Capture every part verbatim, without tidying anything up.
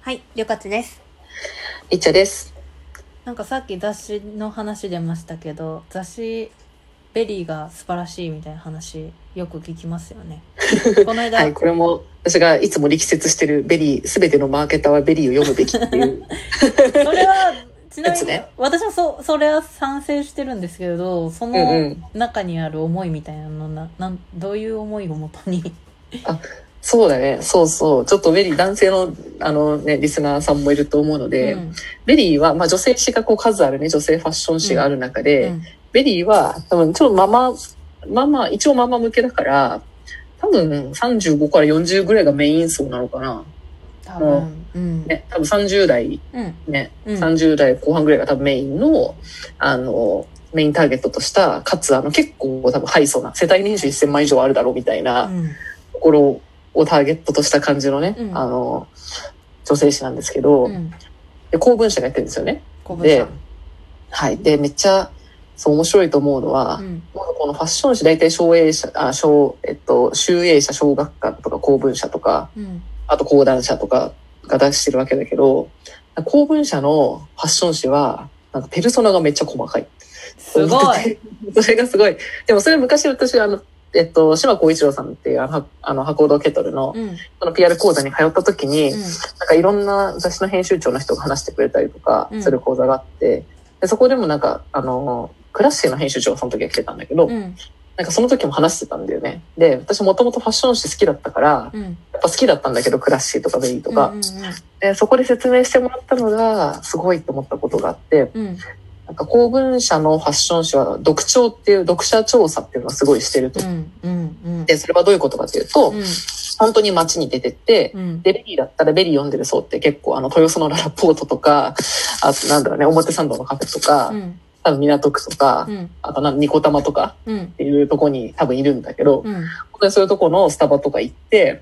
はい、りょかちです。 いっちゃです。 なんかさっき雑誌の話出ましたけど、雑誌ベリーが素晴らしいみたいな話よく聞きますよね。このはい、 間これも私がいつも力説してるベリー、すべてのマーケターはベリーを読むべきっていうそれはちなみに、 やつね。 私もそそれは賛成してるんですけれど、そうんのうん。 中にある思いみたいなのな、なんどういう思いをもとにあ、そうだね。そうそう。ちょっとベリー、男性の、あのね、リスナーさんもいると思うので、 うん、 ベリーは、まあ女性誌がこう数あるね、女性ファッション誌がある中で、 うん、 ベリーは多分ちょっとママ、ママ、一応ママ向けだから、多分さんじゅうごからよんじゅうぐらいがメイン層なのかな。 多も分、うん、 うね、多分さんじゅう代、 うん、 ね、 うん、 さんじゅう代後半ぐらいが多分メインの、あの、メインターゲットとした、かつ、あの、結構多分ハイソな、世帯年収せんまん以上あるだろうみたいなうん、 ところをターゲットとした感じのね、 うん、 あの、女性誌なんですけど、 うん、 で、公文社がやってるんですよね。 公文社。 で、はい。で、めっちゃ、そう面白いと思うのは、 うん、 このファッション誌大体小映社、あ、小、えっと、集英社、小学館とか公文社とか、 うん、 あと講談社とかが出してるわけだけど、公文社のファッション誌は、なんかペルソナがめっちゃ細かい。 すごい。 それがすごい。でもそれ昔私あの、えっと、島光一郎さんっていうあの、あの、博報堂ケトルの、 うん、 その ピーアール 講座に通った時に、 うん、 なんかいろんな雑誌の編集長の人が話してくれたりとかうん、 する講座があって、でそこでもなんか、あの、クラッシーの編集長がその時は来てたんだけど、 うん、 なんかその時も話してたんだよね。で、私もともとファッション誌好きだったから、 うん、 やっぱ好きだったんだけど、クラッシーとかベリーとか。 うん、うん、 でそこで説明してもらったのが、すごいと思ったことがあって、 うん、 なんか公文社のファッション誌は読聴っていう読者調査っていうのをすごいしてると。 うん、うん、うん。 で、それはどういうことかというと、 うん、 本当に街に出てって、 うん、 で、ベリーだったらベリー読んでる層って結構あの豊洲のララポートとか、あとなんだろうね、表参道のカフェとか、 うん、 多分港区とか、 うん、 あとなんニコタマとかうん、 っていうとこに多分いるんだけど、 うん、 本当にそういうとこのスタバとか行って、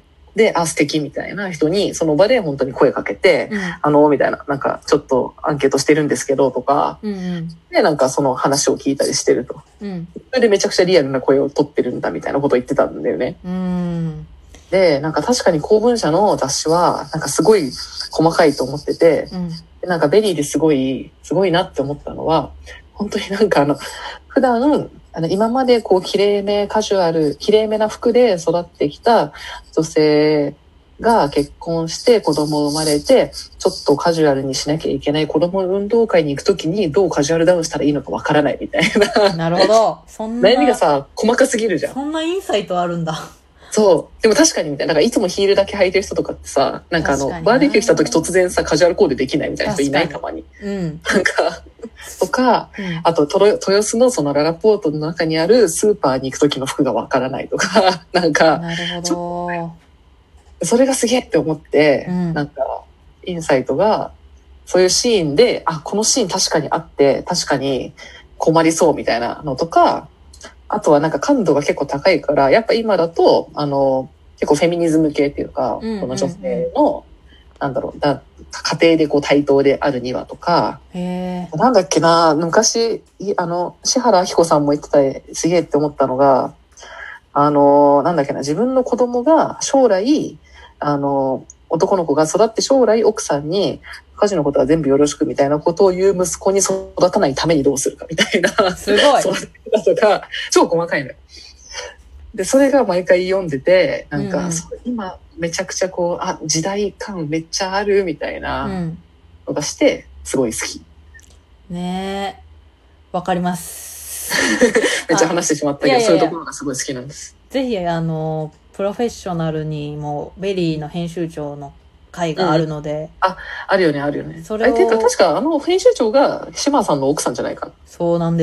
で、あ、素敵みたいな人にその場で本当に声かけて、 うん、 あの、みたいな、なんかちょっとアンケートしてるんですけどとか、 うん、 で、なんかその話を聞いたりしてると。 うん、 それでめちゃくちゃリアルな声を取ってるんだみたいなことを言ってたんだよね。 うん、 で、なんか確かに公文社の雑誌は、なんかすごい細かいと思ってて、 うん、 でなんかベリーですごい、すごいなって思ったのは、本当になんかあの、普段、あの今までこう、綺麗め、カジュアル、綺麗めな服で育ってきた女性が結婚して子供生まれて、ちょっとカジュアルにしなきゃいけない子供の運動会に行くときにどうカジュアルダウンしたらいいのかわからないみたいな。 なるほど。そんな、 悩みがさ、細かすぎるじゃん。 そんなインサイトあるんだ。 そう。でも確かにみたいな。なんかいつもヒールだけ履いてる人とかってさ、なんかあの、 確かになバーベキューした時突然さ、カジュアルコーデできないみたいな人いないたまに。 うん、 なんか、とか、 うん、 あと、トロ豊洲のそのララポートの中にあるスーパーに行く時の服がわからないとか、なんか、 なるほど。 それがすげえって思って、 うん、 なんか、インサイトが、そういうシーンで、あ、このシーン確かにあって、確かに困りそうみたいなのとか、あとはなんか感度が結構高いから、やっぱ今だと、あの、結構フェミニズム系っていうか、 うん、 この女性の、なんだろう、だ家庭でこう対等であるにはとか、 へえ。 なんだっけな、昔、いあの、志原明子さんも言ってた、すげえって思ったのが、あの、なんだっけな、自分の子供が将来、あの、男の子が育って将来奥さんに、家事のことは全部よろしくみたいなことを言う息子に育たないためにどうするかみたいな。 すごい。 そうだとか、超細かいのよ。で、それが毎回読んでて、なんか、 うん、 そう今めちゃくちゃこう、あ、時代感めっちゃあるみたいなうんのがして、すごい好き。 ねえ、わかります。 めっちゃ話してしまったけど、 いやいやいやそういうところがすごい好きなんです。 ぜひ、あの、プロフェッショナルにも、ベリーの編集長の会があるので、 うん、あ、あるよね、あるよね。 それをあれ、ていうか、確かあの編集長が島さんの奥さんじゃないか。 そうなんです。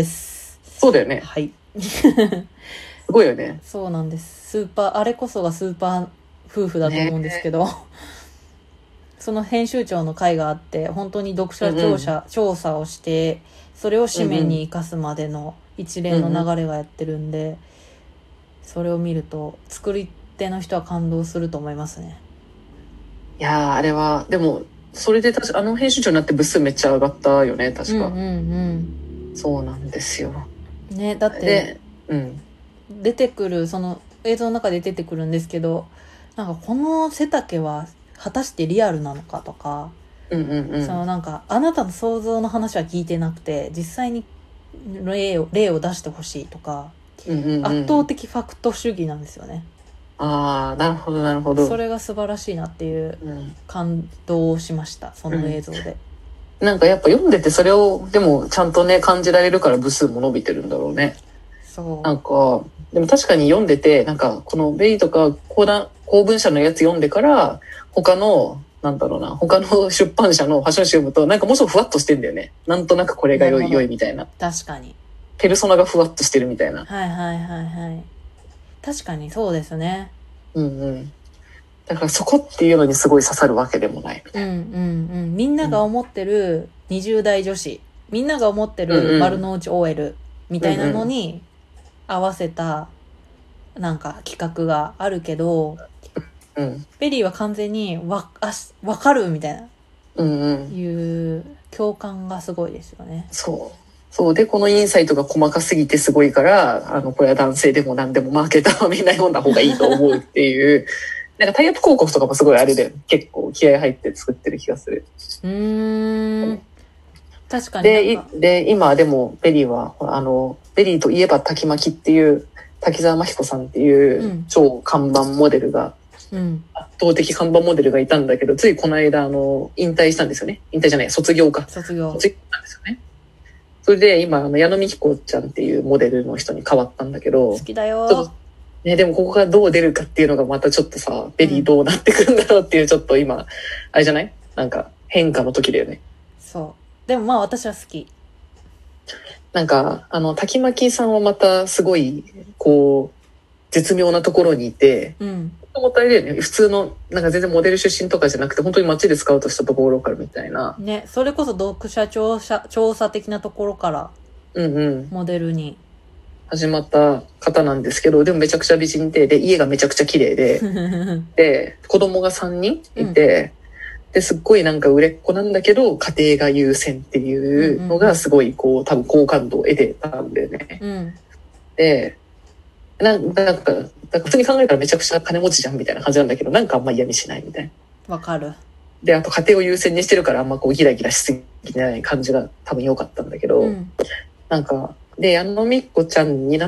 そうだよね。 はい。 すごいよね。 そうなんです。スーパー、あれこそがスーパー夫婦だと思うんですけど、ね、その編集長の会があって、本当に読者調査、うんうん、調査をして、それを紙面に生かすまでの一連の流れがやってるんで、うんうん、それを見ると、作り手の人は感動すると思いますね。 いやー、あれは、でも、それで確か、あの編集長になって部数めっちゃ上がったよね、確か。 うんうんうん。 そうなんですよ。 ね、だって、うん、出てくる、その映像の中で出てくるんですけど、なんかこの背丈は果たしてリアルなのかとか、 うんうんうん。 そのなんかあなたの想像の話は聞いてなくて実際に例を例を出してほしいとか、 うんうんうん、 圧倒的ファクト主義なんですよね。 ああ、なるほどなるほど。 それが素晴らしいなっていううん感動をしました、その映像で。 なんかやっぱ読んでてそれをでもちゃんとね感じられるから部数も伸びてるんだろうね。 そう。 なんかでも確かに読んでてなんかこのベリーとか講談公文社のやつ読んでから他のなんだろうな他の出版社のファッション誌読むとなんかもうちょっとふわっとしてんだよね。なんとなくこれが良い良いみたいな。 確かに。 ペルソナがふわっとしてるみたいな。 はいはいはいはい。確かにそうですね。 うんうん。だからそこっていうのにすごい刺さるわけでもない。 うんうんうん。みんなが思ってるにじゅう代女子、みんなが思ってる丸の内 オーエル みたいなのに合わせたなんか企画があるけど、 うん、 ベリーは完全にわ、あ、わかるみたいな、 うんうん、 いう共感がすごいですよね。 そう。そうで、このインサイトが細かすぎてすごいから、あの、これは男性でも何でもマーケターはみんな読んだ方がいいと思うっていう、なんかタイアップ広告とかもすごいあれで結構気合入って作ってる気がする。 うーん。確かにで、で、今でもベリーは、あの、ベリーといえば滝巻っていう、滝沢真彦さんっていう超看板モデルが、うん、圧倒的看板モデルがいたんだけど、ついこの間、あの、引退したんですよね。引退じゃない、卒業か。 卒業。 卒業なんですよね。それで今、あの、矢野美彦ちゃんっていうモデルの人に変わったんだけど、 好きだよ。 ね、でもここがどう出るかっていうのがまたちょっとさ、ベリーどうなってくるんだろうっていう、ちょっと今、あれじゃない？なんか変化の時だよね。 そう。でもまあ私は好き。 なんか、あの、滝巻さんはまたすごい、こう、絶妙なところにいて、うん。もったいないよね。普通の、なんか全然モデル出身とかじゃなくて、本当に街でスカウトしたところからみたいな。 ね、それこそ読者調査、調査的なところから、うんうん。モデルに。 始まった方なんですけど、でもめちゃくちゃ美人で、で、家がめちゃくちゃ綺麗で、で、子供がさんにんいて、うん、で、すっごいなんか売れっ子なんだけど、家庭が優先っていうのがすごい、こう、多分好感度を得てたんだよね。うん、で、なんなんか、なんか普通に考えたらめちゃくちゃ金持ちじゃんみたいな感じなんだけど、なんかあんま嫌にしないみたいな。わかる。 で、あと家庭を優先にしてるからあんまこうギラギラしすぎない感じが多分良かったんだけど、うん、なんか、で、矢野美子ちゃんになって、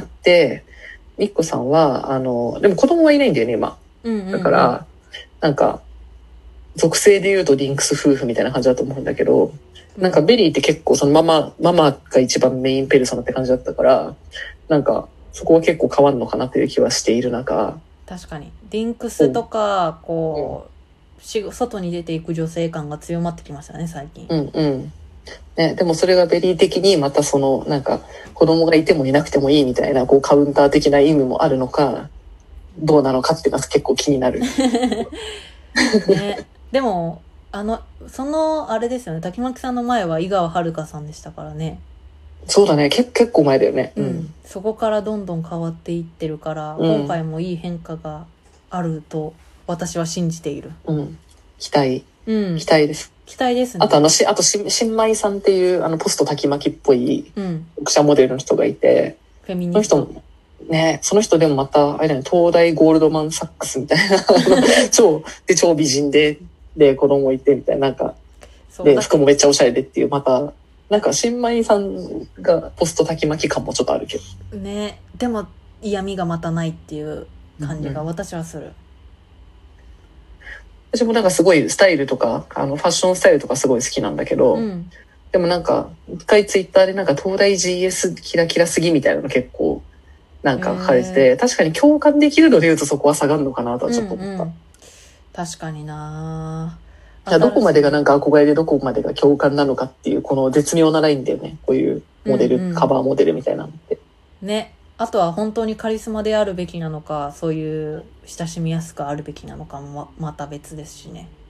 美子さんは、あの、でも子供はいないんだよね、今。うんうんうん、だから、なんか、属性で言うとリンクス夫婦みたいな感じだと思うんだけど、うん、なんかベリーって結構そのママ、ママが一番メインペルソナって感じだったから、なんか、そこは結構変わんのかなっていう気はしている中。 確かに。リンクスとか、こう、うん、外に出ていく女性感が強まってきましたね、最近。 うんうん。ね、でもそれがベリー的にまたそのなんか子供がいてもいなくてもいいみたいなこうカウンター的な意味もあるのかどうなのかっていうのは結構気になる、ね、 でもあのそのあれですよね、滝巻さんの前は井川遥さんでしたからね。 そうだね、け結構前だよね、 うん、うん、そこからどんどん変わっていってるから、うん、今回もいい変化があると私は信じている、 うん、期待、うん、期待です。 期待ですね。 あとあのし、あとし、新米さんっていうあのポスト滝巻っぽい読者モデルの人がいて、 フェミニスト。 その人ね、その人でもまたあれだね、東大ゴールドマンサックスみたいな超で超美人でで子供いてみたいな、なんかで服もめっちゃおしゃれでっていうまたなんか新米さんがポスト滝巻感もちょっとあるけどね。でも嫌味がまたないっていう感じが私はする。うんうん、 私もなんかすごいスタイルとかあのファッションスタイルとかすごい好きなんだけど、うん、でもなんか一回ツイッターでなんか東大 ジーエス キラキラすぎみたいなの結構なんか書かれてて、確かに共感できるので言うとそこは下がるのかなとはちょっと思った。うんうん、 確かにな。 じゃあどこまでがなんか憧れでどこまでが共感なのかっていうこの絶妙なラインだよね、こういうモデル、うんうん、カバーモデルみたいなのってね。あとは本当にカリスマであるべきなのか、そういう親しみやすくあるべきなのかもまた別ですしね。